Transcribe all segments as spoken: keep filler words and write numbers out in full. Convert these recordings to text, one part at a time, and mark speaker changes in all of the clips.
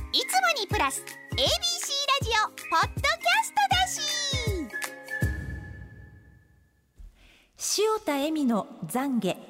Speaker 1: いつもにプラス エービーシー ラジオポッドキャストだし。
Speaker 2: 塩田恵美の懺悔。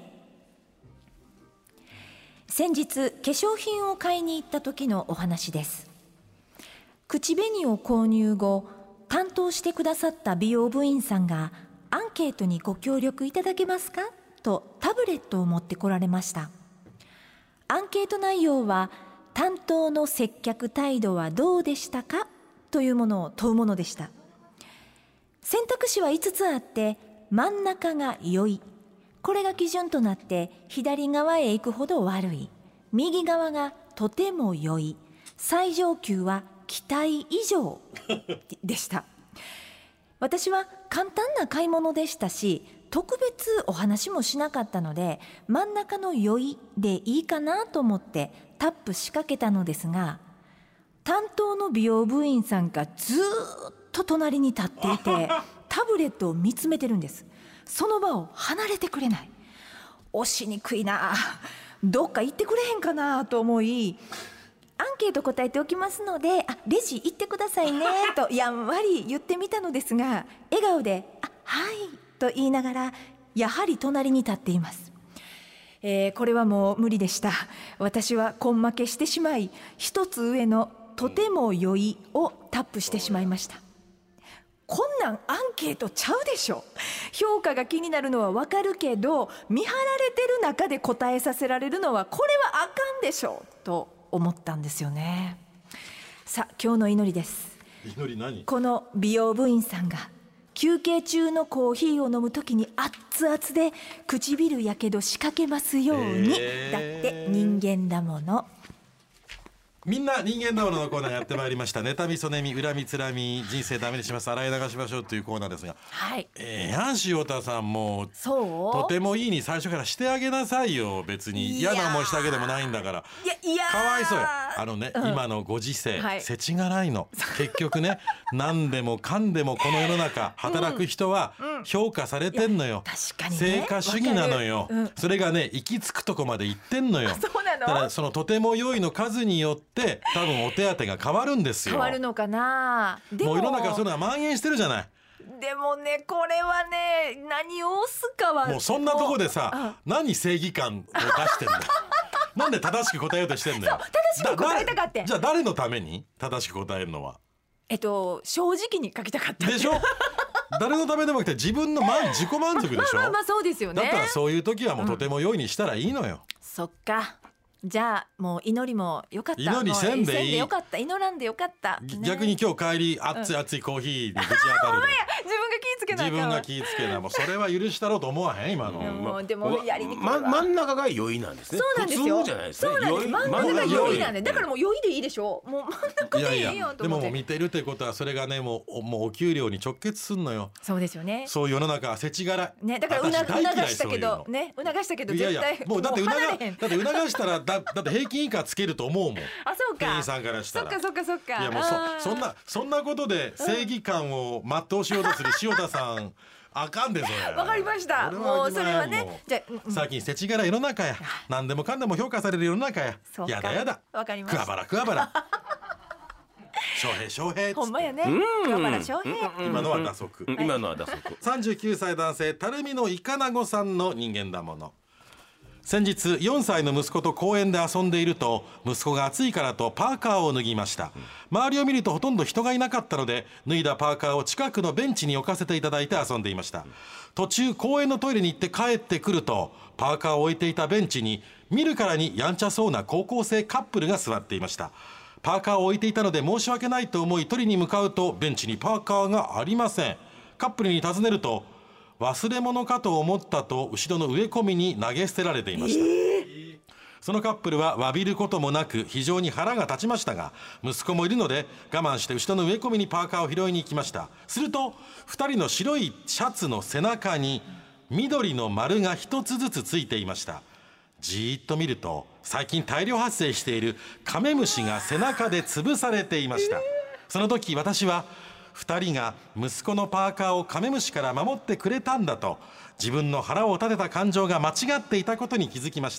Speaker 2: 先日化粧品を買いに行った時のお話です。口紅を購入後、担当してくださった美容部員さんがアンケートにご協力いただけますかとタブレットを持ってこられました。アンケート内容は、担当の接客態度はどうでしたかというものを問うものでした。選択肢はいつつあって、真ん中が良い、これが基準となって、左側へ行くほど悪い、右側がとても良い、最上級は期待以上でした。私は簡単な買い物でしたし、特別お話もしなかったので、真ん中の良いでいいかなと思ってタップ仕掛けたのですが、担当の美容部員さんがずーっと隣に立っていてタブレットを見つめてるんです。その場を離れてくれない。押しにくいな、どっか行ってくれへんかなと思い、アンケート答えておきますので、あ、レジ行ってくださいねとやんわり言ってみたのですが、笑顔であ、はいと言いながら、やはり隣に立っています。えー、これはもう無理でした。私は根負けしてしまい、一つ上のとても良いをタップしてしまいました。こんなんアンケートちゃうでしょ。評価が気になるのはわかるけど、見張られてる中で答えさせられるのはこれはあかんでしょと思ったんですよね。さあ、今日の祈りです。
Speaker 3: 祈り何？こ
Speaker 2: の美容部員さんが休憩中のコーヒーを飲むときに熱々で唇やけど仕掛けますように、えー、だって人間だもの。
Speaker 3: みんな人間だもののコーナーやってまいりました。妬みそねみ恨みつらみ人生ダメにします、洗い流しましょうというコーナーですが、はい、ええー、やん塩田さんもそうとてもいいに最初からしてあげなさいよ。別に嫌な思いしたわけでもないんだから。いやいや、かわいそうや。あのね、うん、今のご時世、はい、世知辛いの。結局ね何でもかんでもこの世の中働く人は評価されてんのよ、うん、確かにね、成果主義なのよ、うん、それがね行き着くとこまで行ってんのよ。そうなの。だからそのとても良いの数によって多分お手当が変わるんですよ。変
Speaker 2: わるのかな。
Speaker 3: でももう世の中そういうのは蔓延してるじゃない。
Speaker 2: でもね、これはね、何を押すかは
Speaker 3: もうそんなとこでさ、何正義感を出してんだなんで正しく答えようとしてんだよ。
Speaker 2: そう、正しく答えたかって。
Speaker 3: じゃあ誰のために正しく答えるのは、
Speaker 2: えっと正直に書きたかった
Speaker 3: でしょ誰のためでもなくて自分の満自己満足でしょ。
Speaker 2: まあまあまあそうですよね。
Speaker 3: だったらそういう時はもうとても良いにしたらいいのよ、うん、
Speaker 2: そっか。じゃあもう祈りもよかった。
Speaker 3: 祈りせんでいい。
Speaker 2: よかった。祈らんでよかった、
Speaker 3: ね、逆に今日帰り熱い熱いコーヒーにぶち当たる
Speaker 2: 自分が気ぃつけな
Speaker 3: 自分が気ぃつけな。もうそれは許したろうと思わへん今の。
Speaker 2: もうでもやりにくいわ、
Speaker 4: ま、真ん中が良いなんですね。
Speaker 2: そうなんですよ。
Speaker 4: 普通じゃないですね。
Speaker 2: そうなんです。真ん中が良いなんで、だからもう良いでいいでしょう。もう真ん中でいいよと思って。いやいや、
Speaker 3: でももう見てるってことはそれがね、もうもうお給料に直結すんのよ。
Speaker 2: そうですよね。
Speaker 3: そういう世の中は世知辛い
Speaker 2: ね。だからうな促したけどね、促したけど絶対。いやいや、もう
Speaker 3: だって促だって促したらだだって平均以下つけると思うもん。
Speaker 2: あ、そうか。
Speaker 3: 店員さんからしたら。
Speaker 2: そっかそっかそっか。
Speaker 3: いやもう そ, そんなそんなことで正義感を全うしようとする塩田さんあかんでそれ。
Speaker 2: わかりました。もうそれはね。
Speaker 3: じゃあ最近世知辛い世の中や。何でもかんでも評価される世の中や。やだやだ。
Speaker 2: わかりました。
Speaker 3: くわばらくわばら。翔平翔平。
Speaker 2: ほんまやね。くわばら翔平。
Speaker 3: 今のは打足。
Speaker 4: 今のは打足。
Speaker 3: さんじゅうきゅうさい男性、たるみのイカナゴさんの人間だもの。先日よんさいの息子と公園で遊んでいると、息子が暑いからとパーカーを脱ぎました。周りを見るとほとんど人がいなかったので、脱いだパーカーを近くのベンチに置かせていただいて遊んでいました。途中公園のトイレに行って帰ってくると、パーカーを置いていたベンチに見るからにやんちゃそうな高校生カップルが座っていました。パーカーを置いていたので申し訳ないと思い取りに向かうと、ベンチにパーカーがありません。カップルに尋ねると、忘れ物かと思ったと後ろの植え込みに投げ捨てられていました、えー、そのカップルは詫びることもなく非常に腹が立ちましたが、息子もいるので我慢して後ろの植え込みにパーカーを拾いに行きました。するとふたりの白いシャツの背中に緑の丸が一つずつついていました。じーっと見ると最近大量発生しているカメムシが背中で潰されていました。その時私はふたりが息子のパーカーをカメムシから守ってくれたんだと、自分の腹を立てた感情が間違っていたことに気づきました。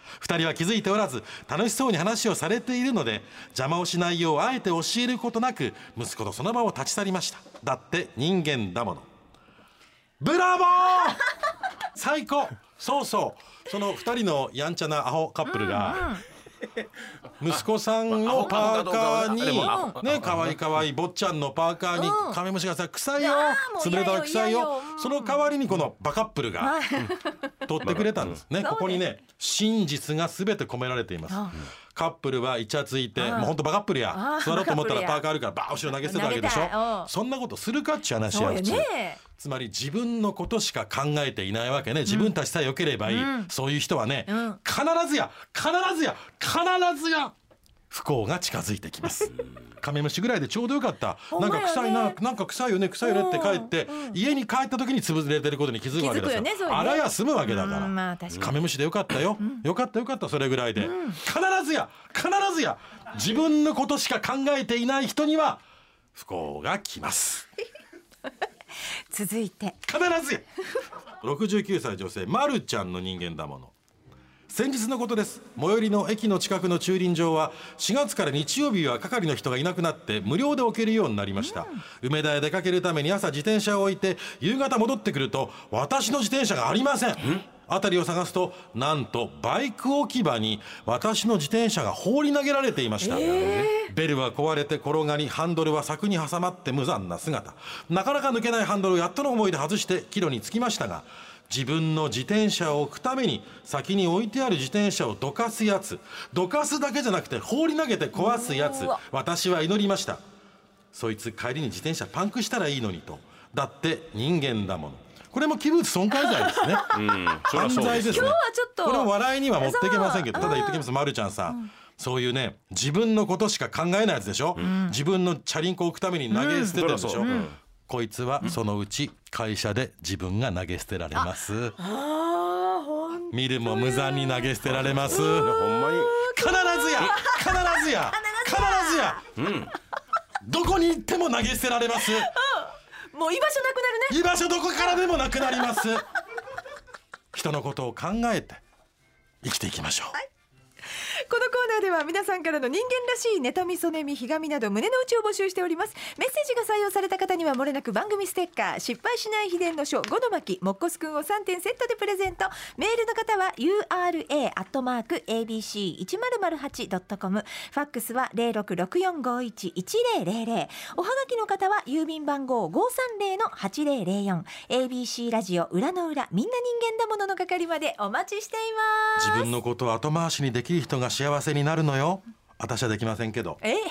Speaker 3: ふたりは気づいておらず楽しそうに話をされているので、邪魔をしないようあえて教えることなく息子とその場を立ち去りました。だって人間だもの。ブラボー最高。そうそう、そのふたりのやんちゃなアホカップルが、うんうん息子さんのパーカーにね、かわいいかわいい坊ちゃんのパーカーにカメムシがさ臭いよ、潰れたら臭いよ、その代わりにこのバカップルが取ってくれたんですね。ここにね真実が全て込められています。カップルはイチャついて、もうほんとバカップルや、座ろうと思ったらパーカーあるからバー後ろ投げ捨てたわけでしょ。そんなことするかっちゅう話や。普通つまり自分のことしか考えていないわけね。自分たちさえ良ければいい、うん、そういう人はね、うん、必ずや必ずや必ずや不幸が近づいてきます。カメムシぐらいでちょうどよかった。なんか臭いな、なんか臭いよね臭いよねって帰って、うん、家に帰った時に潰れてることに気づくわけですよ。よね、あらや済むわけだから、うんまあ、確かにカメムシでよかったよ、うん、よかったよかったそれぐらいで、うん、必ずや必ずや自分のことしか考えていない人には不幸が来ます。
Speaker 2: 続いて
Speaker 3: 必ずやろくじゅうきゅうさい女性まるちゃんの人間だもの。先日のことです。最寄りの駅の近くの駐輪場はしがつから日曜日は係の人がいなくなって無料で置けるようになりました、うん、梅田へ出かけるために朝自転車を置いて夕方戻ってくると私の自転車がありません。辺りを探すとなんとバイク置き場に私の自転車が放り投げられていました、えー、ベルは壊れて転がりハンドルは柵に挟まって無残な姿。なかなか抜けないハンドルをやっとの思いで外して帰路に着きましたが、自分の自転車を置くために先に置いてある自転車をどかすやつ、どかすだけじゃなくて放り投げて壊すやつ、私は祈りました。そいつ帰りに自転車パンクしたらいいのにと。だって人間だもの。これも器物損壊罪ですね、うん、犯罪ですね。今日はちょっとこれも笑いには持っていけませんけど、ただ言ってきます。まるちゃんさ、うん、そういうね自分のことしか考えないやつでしょ、うん、自分のチャリンコを置くために投げ捨ててるでしょ、うんうん、こいつはそのうち会社で自分が投げ捨てられます。ああ見るも無残に投げ捨てられます。ほんまに必ずや必ずや必ずや、うん、どこに行っても投げ捨てられます。
Speaker 2: もう居場所なくなるね。
Speaker 3: 居場所どこからでもなくなります。人のことを考えて生きていきましょう、はい。
Speaker 2: このコーナーでは皆さんからの人間らしい妬みそねみひがみなど胸の内を募集しております。メッセージが採用された方にはもれなく番組ステッカー、失敗しない秘伝の書ごの巻もっこすくんをさんてんセットでプレゼント。メールの方は ユーアールエー アットマーク エービーシーいちまるまるはち ドットコム、 ファックスは ゼロろくろくよんごいちいちゼロゼロゼロ、おはがきの方は郵便番号 ごーさんゼロのはちゼロゼロよん、 エービーシー ラジオ裏の裏みんな人間だものの係までお待ちしています。
Speaker 3: 自分のことを後回しにできる人が幸せになるのよ。私はできませんけど。え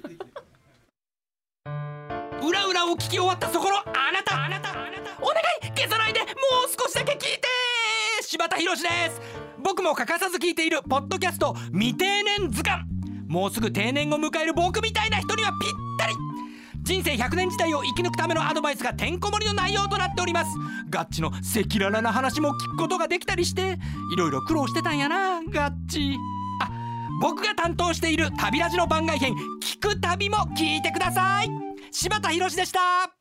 Speaker 5: 裏裏を聞き終わったところ、あなたあなたお願い消さないで、もう少しだけ聞いて。柴田博です。僕も欠かさず聞いているポッドキャスト未定年図鑑。もうすぐ定年を迎える僕みたいな人にはぴったり。人生ひゃくねん時代を生き抜くためのアドバイスがてんこ盛りの内容となっております。ガッチの赤裸々な話も聞くことができたりして、いろいろ苦労してたんやなガッチ。あ、僕が担当している旅ラジの番外編聞く旅も聞いてください。柴田博でした。